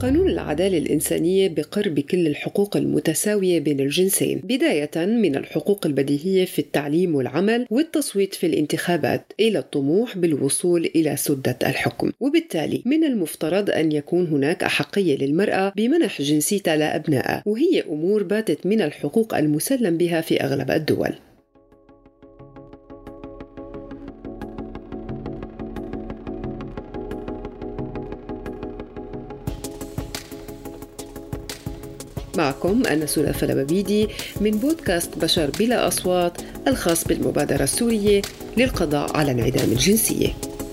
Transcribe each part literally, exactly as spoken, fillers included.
قانون العدالة الإنسانية بقر بكل الحقوق المتساوية بين الجنسين، بداية من الحقوق البديهية في التعليم والعمل والتصويت في الانتخابات إلى الطموح بالوصول إلى سدة الحكم. وبالتالي من المفترض أن يكون هناك أحقية للمرأة بمنح جنسيتها لأبنائها، وهي أمور باتت من الحقوق المسلم بها في أغلب الدول. معكم أنا سولا فلبابيدي من بودكاست بشر بلا أصوات الخاص بالمبادرة السورية للقضاء على انعدام الجنسية.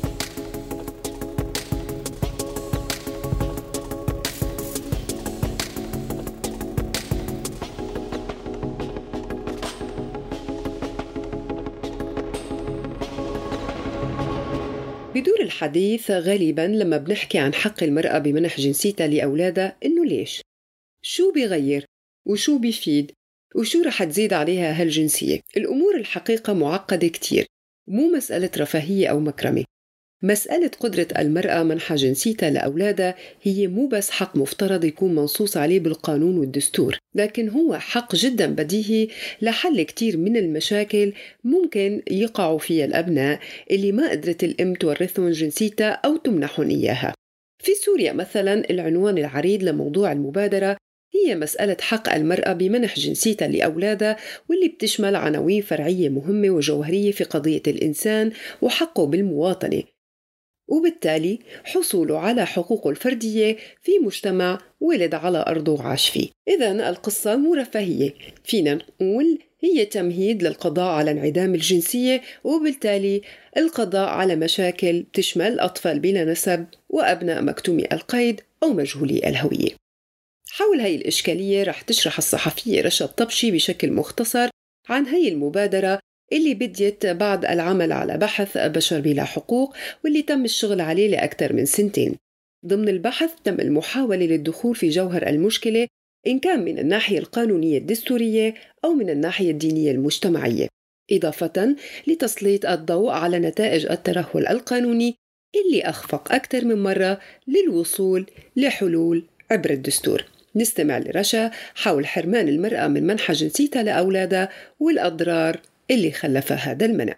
بدور الحديث غالباً لما بنحكي عن حق المرأة بمنح جنسيتها لأولادها إنه ليش؟ شو بيغير؟ وشو بيفيد؟ وشو رح تزيد عليها هالجنسية؟ الأمور الحقيقة معقدة كتير، مو مسألة رفاهية أو مكرمة. مسألة قدرة المرأة منح جنسيتها لأولادها هي مو بس حق مفترض يكون منصوص عليه بالقانون والدستور، لكن هو حق جدا بديهي لحل كتير من المشاكل ممكن يقعوا فيها الأبناء اللي ما قدرت الأم تورثهم جنسيتها أو تمنحهم إياها. في سوريا مثلا العنوان العريض لموضوع المبادرة هي مسألة حق المرأة بمنح جنسيتها لأولادها، واللي بتشمل عناوين فرعية مهمة وجوهرية في قضية الإنسان وحقه بالمواطنة، وبالتالي حصوله على حقوقه الفردية في مجتمع ولد على أرضه وعاش فيه. إذن القصة مو رفاهية، فينا نقول هي تمهيد للقضاء على انعدام الجنسية، وبالتالي القضاء على مشاكل تشمل أطفال بلا نسب وأبناء مكتومي القيد أو مجهولي الهوية. حول هاي الإشكالية رح تشرح الصحفية رشا طبشي بشكل مختصر عن هاي المبادرة اللي بديت بعد العمل على بحث بشر بلا حقوق، واللي تم الشغل عليه لأكثر من سنتين. ضمن البحث تم المحاولة للدخول في جوهر المشكلة إن كان من الناحية القانونية الدستورية أو من الناحية الدينية المجتمعية، إضافة لتسليط الضوء على نتائج الترهل القانوني اللي أخفق أكثر من مرة للوصول لحلول عبر الدستور. نستمع لرشا حول حرمان المرأة من منح جنسيتها لأولادها والأضرار اللي خلفها هذا المنع.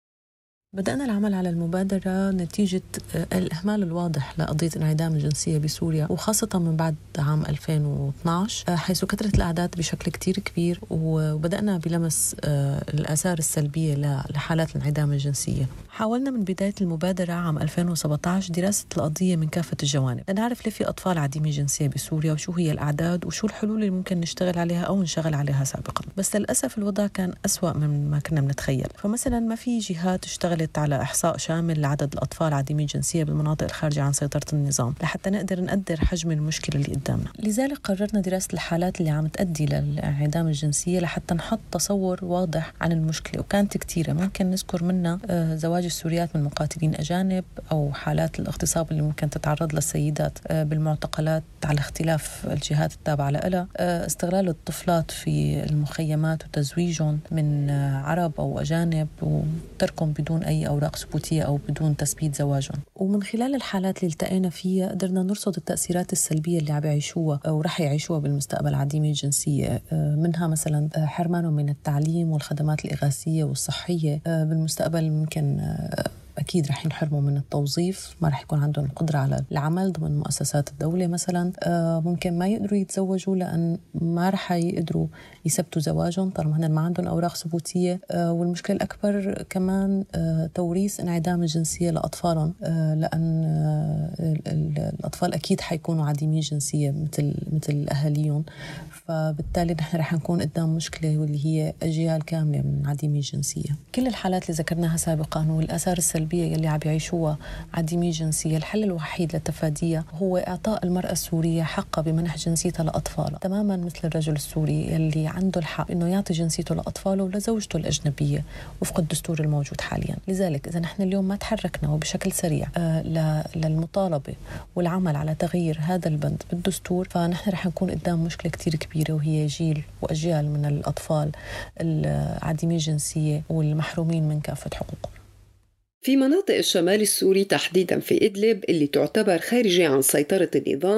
بدأنا العمل على المبادرة نتيجة الإهمال الواضح لقضية انعدام الجنسية بسوريا، وخاصة من بعد عام ألفين واثناشر حيث كثرت الأعداد بشكل كتير كبير، وبدأنا بلمس الآثار السلبية لحالات الانعدام الجنسية. حاولنا من بداية المبادرة عام ألفين وسبعة عشر دراسة القضية من كافة الجوانب لنعرف ليه في أطفال عديمي جنسية بسوريا، وشو هي الأعداد، وشو الحلول اللي ممكن نشتغل عليها أو نشغل عليها سابقا. بس للأسف الوضع كان أسوأ من ما كنا بنتخيل. فمثلا ما في جهات اشتغلت على إحصاء شامل لعدد الأطفال عديمي الجنسية بالمناطق الخارجة عن سيطرة النظام لحتى نقدر نقدر حجم المشكلة اللي قدامنا. لذلك قررنا دراسة الحالات اللي عم تؤدي للانعدام الجنسية لحتى نحط تصور واضح عن المشكلة، وكانت كتيرة. ممكن نذكر منها زواج السوريات من مقاتلين أجانب، أو حالات الاغتصاب اللي ممكن تتعرض للسيدات بالمعتقلات على اختلاف الجهات التابعة لها، استغلال الطفلات في المخيمات وتزويجهم من عرب أو أجانب وتركهم بدون أي أوراق ثبوتية أو بدون تثبيت زواجهم. ومن خلال الحالات اللي التقينا فيها قدرنا نرصد التأثيرات السلبية اللي عم يعيشوها أو رح يعيشوها بالمستقبل عديمي الجنسية، منها مثلا حرمانهم من التعليم والخدمات الإغاثية والصحية. بالمستقبل ممكن أكيد رح ينحرموا من التوظيف، ما رح يكون عندهم قدرة على العمل ضمن مؤسسات الدولة مثلا. ممكن ما يقدروا يتزوجوا لأن ما رح يقدروا يثبتوا زواجهم طالما هن ما عندهم أوراق ثبوتية. والمشكلة الأكبر كمان توريث انعدام الجنسية لأطفالهم، لأن الأطفال أكيد حيكونوا عديمي جنسية مثل مثل أهاليهم، فبالتالي نحن رح نكون قدام مشكلة واللي هي أجيال كاملة من عديمي الجنسية. كل الحالات اللي ذكرناها سابقا والآثار السلبية اللي عم يعيشوها عديمي الجنسية، الحل الوحيد لتفاديها هو إعطاء المرأة السورية حقها بمنح جنسيتها لأطفالها، تماما مثل الرجل السوري اللي عنده الحق إنه يعطي جنسيته لأطفاله ولزوجته الأجنبية وفق الدستور الموجود حاليا. لذلك إذا نحن اليوم ما تحركنا وبشكل سريع آه للمطالبة والعمل على تغيير هذا البند بالدستور، فنحن رح نكون قدام مشكلة كتير كبيرة، وهي جيل وأجيال من الأطفال العديمي الجنسية والمحرومين من كافة حقوقهم. في مناطق الشمال السوري تحديداً في إدلب اللي تعتبر خارجة عن سيطرة النظام،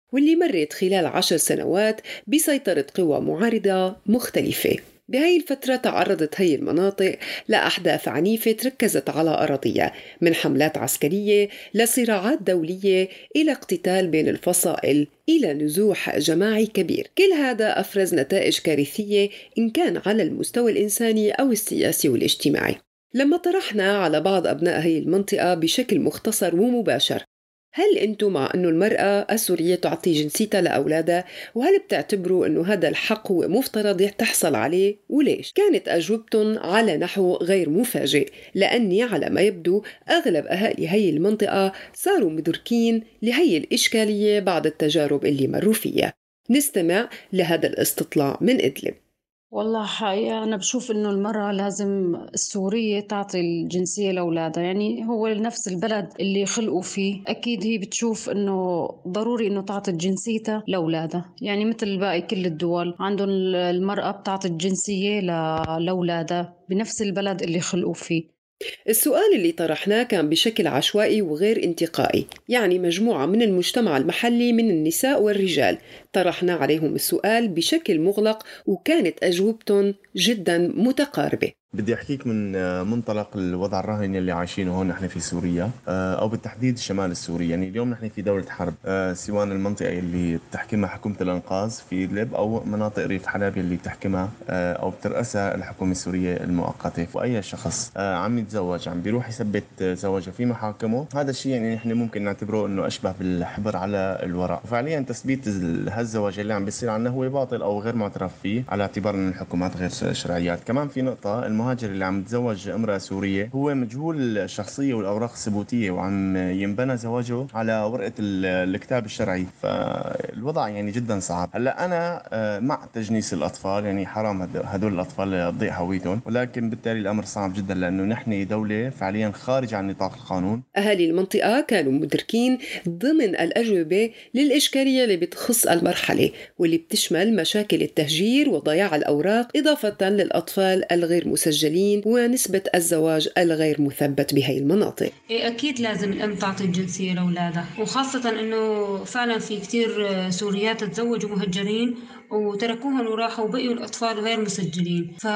واللي مرت خلال عشر سنوات بسيطرة قوى معارضة مختلفة. بهاي الفترة تعرضت هي المناطق لأحداث عنيفة تركزت على أراضيها، من حملات عسكرية لصراعات دولية إلى اقتتال بين الفصائل إلى نزوح جماعي كبير. كل هذا أفرز نتائج كارثية إن كان على المستوى الإنساني أو السياسي والاجتماعي. لما طرحنا على بعض أبناء هي المنطقة بشكل مختصر ومباشر، هل أنتم مع أنه المرأة السورية تعطي جنسيتها لأولادها؟ وهل بتعتبروا أنه هذا الحق هو مفترض تحصل عليه؟ وليش؟ كانت أجوبتهم على نحو غير مفاجئ، لأني على ما يبدو أغلب أهالي هي المنطقة صاروا مدركين لهي الإشكالية بعد التجارب اللي مروا فيها. نستمع لهذا الاستطلاع من إدلب. والله حقيقة أنا بشوف إنه المرأة لازم السورية تعطي الجنسية لأولادها، يعني هو نفس البلد اللي خلقوا فيه، أكيد هي بتشوف إنه ضروري إنه تعطي جنسيتها لأولادها، يعني مثل باقي كل الدول عندهم المرأة بتعطي الجنسية لأولادها بنفس البلد اللي خلقوا فيه. السؤال اللي طرحناه كان بشكل عشوائي وغير انتقائي، يعني مجموعة من المجتمع المحلي من النساء والرجال طرحنا عليهم السؤال بشكل مغلق، وكانت أجوبتهم جدا متقاربة. بدي أحكيك من منطلق الوضع الراهن اللي عايشينه هون نحن في سوريا، أو بالتحديد الشمال السوري. يعني اليوم نحن في دولة حرب، سواء المنطقة اللي بتحكمها حكومة الأنقاذ في إدلب أو مناطق ريف حلب اللي بتحكمها أو بترأسها الحكومة السورية المؤقتة. وأي شخص عم يتزوج عم بيروح يثبت زواجه في محاكمه، هذا الشيء يعني نحن ممكن نعتبره إنه أشبه بالحبر على الورق. وفعليا تثبيت هالزواج اللي عم بيصير عنه هو باطل أو غير معترف فيه على اعتبار أن الحكومات غير شرعيات. كمان في نقطة، المهاجر اللي عم يتزوج امرأة سورية هو مجهول الشخصية والأوراق الثبوتية، وعم ينبنى زواجه على ورقة الكتاب الشرعي، فالوضع يعني جدا صعب. هلا أنا مع تجنيس الأطفال، يعني حرام هدول الأطفال تضيع هويتهم، ولكن بالتالي الأمر صعب جدا لأنه نحن دولة فعليا خارج عن نطاق القانون. أهالي المنطقة كانوا مدركين ضمن الأجوبة للإشكالية اللي بتخص المرحلة، واللي بتشمل مشاكل التهجير وضياع الأوراق، إضافة للأطفال الغير مسجلين ونسبة الزواج الغير مثبت بهاي المناطق. إيه أكيد لازم الأم تعطي الجنسية لأولادها، وخاصة إنه فعلا في كتير سوريات تزوجوا مهجرين وتركوهم وراحوا وبقيوا الأطفال غير مسجلين. ف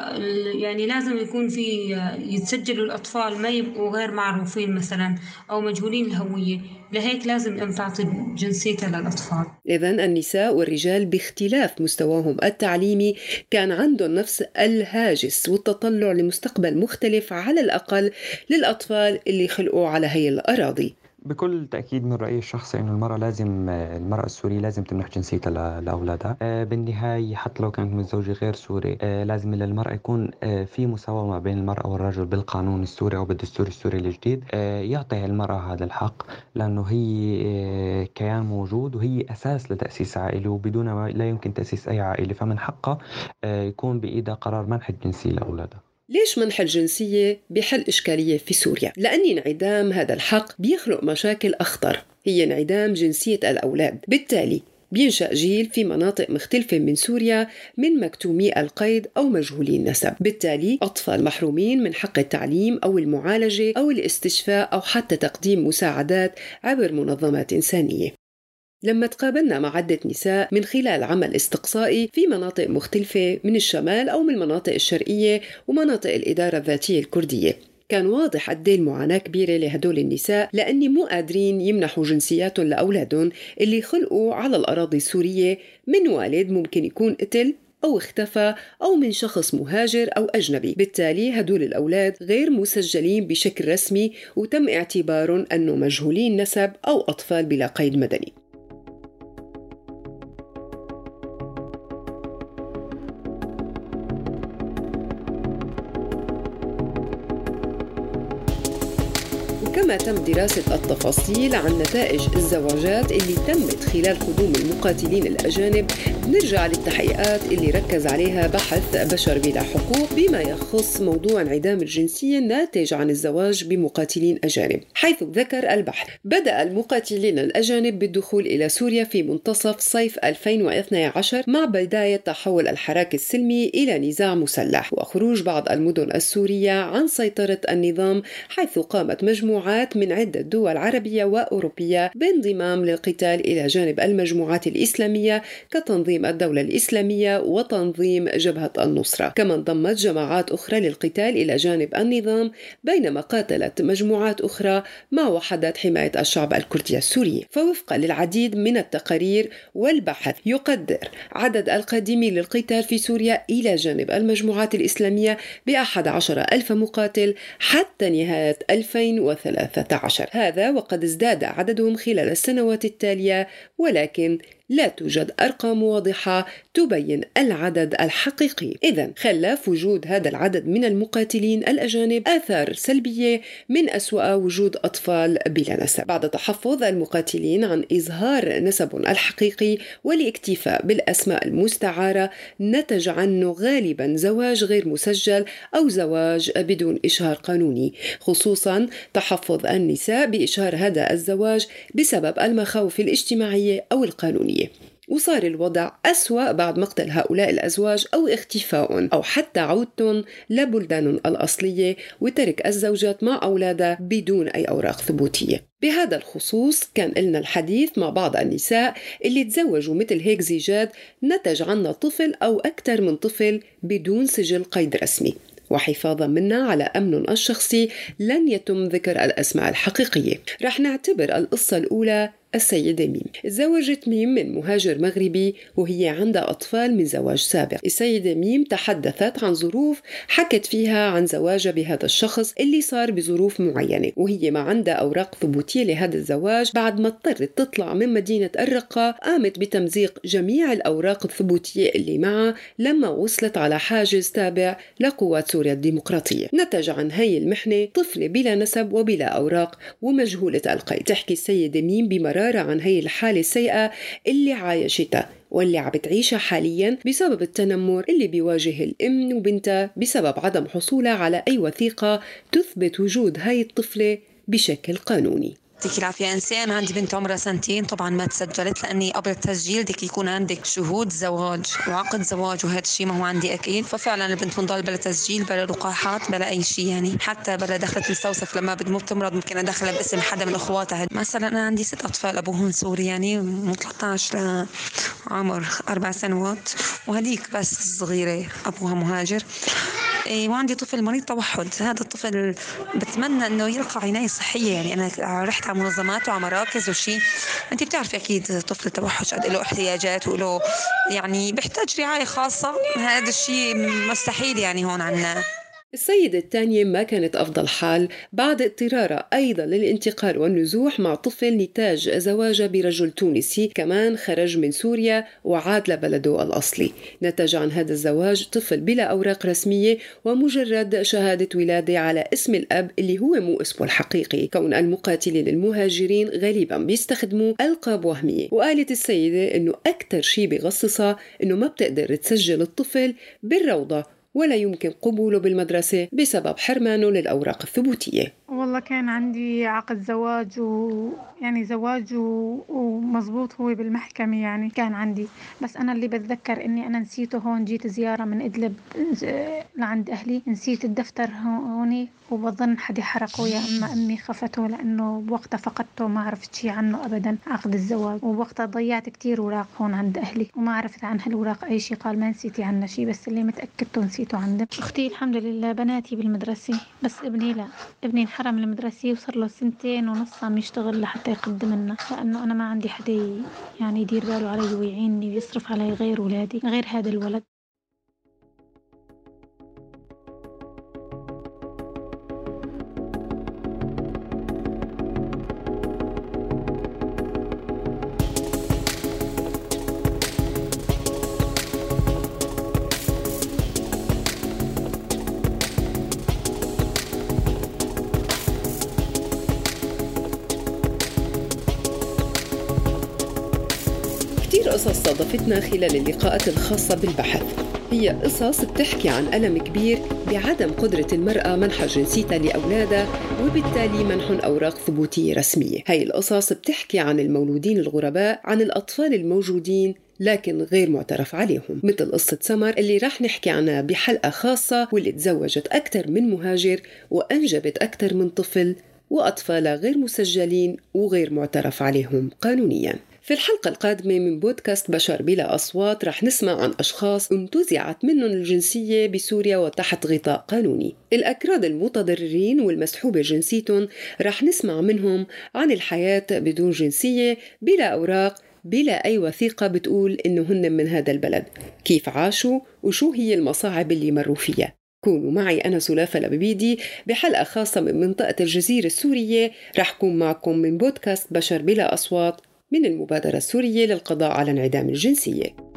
يعني لازم يكون في يتسجلوا الأطفال ما يبقوا غير معروفين مثلا أو مجهولين الهوية، لهيك لازم الأم تعطي جنسيتها للأطفال. إذن النساء والرجال باختلاف مستواهم التعليمي كان عندهم نفس الهاجس والتطلع لمستقبل مختلف على الأقل للأطفال اللي خلقوا على هي الأراضي. بكل تأكيد من رأيي الشخصي إنه المرأة لازم المرأة السورية لازم تمنح جنسيتها لأولادها. بالنهاية حتى لو كانت متزوجة غير سوري، لازم للمرأة يكون في مساواة ما بين المرأة والرجل بالقانون السوري أو بالدستور السوري الجديد. يعطي المرأة هذا الحق لأنه هي كيان موجود وهي أساس لتأسيس عائلة، وبدون ما لا يمكن تأسيس أي عائلة، فمن حقها يكون بإيدها قرار منح الجنسية لأولادها. ليش منح الجنسية بحل إشكالية في سوريا؟ لأن انعدام هذا الحق بيخلق مشاكل أخطر، هي انعدام جنسية الأولاد. بالتالي بينشأ جيل في مناطق مختلفة من سوريا من مكتومي القيد أو مجهولي النسب، بالتالي أطفال محرومين من حق التعليم أو المعالجة أو الاستشفاء أو حتى تقديم مساعدات عبر منظمات إنسانية. لما تقابلنا مع عدة نساء من خلال عمل استقصائي في مناطق مختلفة من الشمال أو من المناطق الشرقية ومناطق الإدارة الذاتية الكردية، كان واضح قد ايه المعاناة كبيرة لهدول النساء، لأني مو قادرين يمنحوا جنسياتهم لأولادهم اللي خلقوا على الأراضي السورية من والد ممكن يكون قتل أو اختفى أو من شخص مهاجر أو أجنبي. بالتالي هدول الأولاد غير مسجلين بشكل رسمي وتم اعتبارهم أنه مجهولين نسب أو أطفال بلا قيد مدني. كما تم دراسة التفاصيل عن نتائج الزواجات اللي تمت خلال قدوم المقاتلين الأجانب، نرجع للتحقيقات اللي ركز عليها بحث بشر بلا حقوق بما يخص موضوع انعدام الجنسية الناتج عن الزواج بمقاتلين أجانب، حيث ذكر البحث بدأ المقاتلين الأجانب بالدخول إلى سوريا في منتصف صيف ألفين واثني عشر مع بداية تحول الحراك السلمي إلى نزاع مسلح وخروج بعض المدن السورية عن سيطرة النظام، حيث قامت مجموعة مجموعات من عدة دول عربية وأوروبية بانضمام للقتال إلى جانب المجموعات الإسلامية كتنظيم الدولة الإسلامية وتنظيم جبهة النصرة. كما انضمت جماعات أخرى للقتال إلى جانب النظام، بينما قاتلت مجموعات أخرى مع وحدات حماية الشعب الكردي السوري. فوفقا للعديد من التقارير والبحث، يقدر عدد القادمين للقتال في سوريا إلى جانب المجموعات الإسلامية بأحد عشر ألف مقاتل حتى نهاية ألفين وثلاثة عشر، هذا وقد ازداد عددهم خلال السنوات التالية، ولكن لا توجد أرقام واضحة تبين العدد الحقيقي. إذن خلف وجود هذا العدد من المقاتلين الأجانب آثار سلبية، من أسوأ وجود أطفال بلا نسب. بعد تحفظ المقاتلين عن إظهار نسبهم الحقيقي والاكتفاء بالأسماء المستعارة، نتج عنه غالبا زواج غير مسجل أو زواج بدون إشهار قانوني، خصوصا تحفظ النساء بإشهار هذا الزواج بسبب المخاوف الاجتماعية أو القانونية. وصار الوضع أسوأ بعد مقتل هؤلاء الأزواج أو اختفاء أو حتى عودتهم لبلدانهم الأصلية وترك الزوجات مع أولادها بدون أي أوراق ثبوتية. بهذا الخصوص كان لنا الحديث مع بعض النساء اللي تزوجوا مثل هيك زيجات نتج عنه طفل أو أكثر من طفل بدون سجل قيد رسمي، وحفاظا منا على أمنهم الشخصي لن يتم ذكر الأسماء الحقيقية. رح نعتبر القصة الأولى السيدة ميم. تزوجت ميم من مهاجر مغربي وهي عندها أطفال من زواج سابق. السيدة ميم تحدثت عن ظروف حكت فيها عن زواجها بهذا الشخص اللي صار بظروف معينة، وهي ما عندها أوراق ثبوتية لهذا الزواج. بعد ما اضطرت تطلع من مدينة الرقة، قامت بتمزيق جميع الأوراق الثبوتية اللي معها لما وصلت على حاجز تابع لقوات سوريا الديمقراطية. نتج عن هاي المحنة طفلة بلا نسب وبلا أوراق ومجهولة القيد. تحكي السيدة ميم بمرارة عن هي الحالة السيئة اللي عايشتها واللي عم بتعيشها حاليا بسبب التنمر اللي بيواجه الأم وبنتها بسبب عدم حصولها على أي وثيقة تثبت وجود هاي الطفلة بشكل قانوني. يعطيك العافية. إنسان عندي بنت عمرها سنتين، طبعا ما تسجلت لأني قبل التسجيل بدك يكون عندك شهود زواج وعقد زواج، وهذا الشيء ما هو عندي أكيد. ففعلا البنت بنضل بلا تسجيل بلا لقاحات بلا أي شيء، يعني حتى بلا دخلة مستوصف لما بدمو بتمرض ممكن أدخلها باسم حدا من أخواتها. مثلا أنا عندي ست أطفال أبوهم سوري، يعني من ثلاثة عشر لعمر أربع سنوات، وهديك بس صغيرة أبوها مهاجر. إيه، وعندي طفل مريض توحد. هذا الطفل بتمنى انه يلقى عناية صحية، يعني انا رحت على منظمات وعلى مراكز وشي. انت بتعرفي اكيد طفل التوحد قد له احتياجات وله يعني بيحتاج رعاية خاصة. هذا الشيء مستحيل يعني هون عنا. السيدة الثانية ما كانت أفضل حال بعد اضطرارها أيضا للانتقال والنزوح مع طفل نتاج زواجها برجل تونسي كمان خرج من سوريا وعاد لبلده الأصلي. نتج عن هذا الزواج طفل بلا أوراق رسمية ومجرد شهادة ولادة على اسم الأب اللي هو مو اسمه الحقيقي، كون المقاتلين المهاجرين غالبا بيستخدموا ألقاب وهمية. وقالت السيدة إنه أكتر شيء بيغصصها إنه ما بتقدر تسجل الطفل بالروضة ولا يمكن قبوله بالمدرسة بسبب حرمانه للأوراق الثبوتية. والله كان عندي عقد زواج ويعني زواج ومزبوط هو بالمحكمة، يعني كان عندي، بس أنا اللي بتذكر إني أنا نسيته هون. جيت زيارة من إدلب لعند أهلي، نسيت الدفتر هوني وبظن حد حرقه، يا أما أمي خفته لأنه بوقتها فقدته ما عرفت شي عنه أبدا عقد الزواج. وبوقتها ضيعت كتير وراق هون عند أهلي وما عرفت عن هالوراق أي شي. قال ما نسيتي عنه شي، بس اللي متأكدته نسيته عنده. أختي الحمد لله بناتي بالمدرسة، بس ابني لا، ابني انحرم من المدرسة وصار له سنتين ونص عم يشتغل لحتى يقدم لنا، لأنه أنا ما عندي حدا يعني يدير باله علي ويعيني ويصرف علي غير ولادي غير هذا الولد. قصص صادفتنا خلال اللقاءات الخاصة بالبحث هي قصص بتحكي عن ألم كبير بعدم قدرة المرأة منح جنسيتها لأولادها وبالتالي منحهم أوراق ثبوتية رسمية. هاي القصص بتحكي عن المولودين الغرباء، عن الأطفال الموجودين لكن غير معترف عليهم، مثل قصة سمر اللي راح نحكي عنها بحلقة خاصة، واللي تزوجت أكثر من مهاجر وأنجبت أكثر من طفل وأطفال غير مسجلين وغير معترف عليهم قانونياً. في الحلقة القادمة من بودكاست بشر بلا أصوات رح نسمع عن أشخاص انتزعت منهم الجنسية بسوريا وتحت غطاء قانوني. الأكراد المتضررين والمسحوبة جنسيتهم رح نسمع منهم عن الحياة بدون جنسية، بلا أوراق، بلا أي وثيقة بتقول إنه هن من هذا البلد، كيف عاشوا وشو هي المصاعب اللي مروا فيها. كونوا معي أنا سلافة العبيدي بحلقة خاصة من منطقة الجزيرة السورية. رح كون معكم من بودكاست بشر بلا أصوات من المبادرة السورية للقضاء على انعدام الجنسية.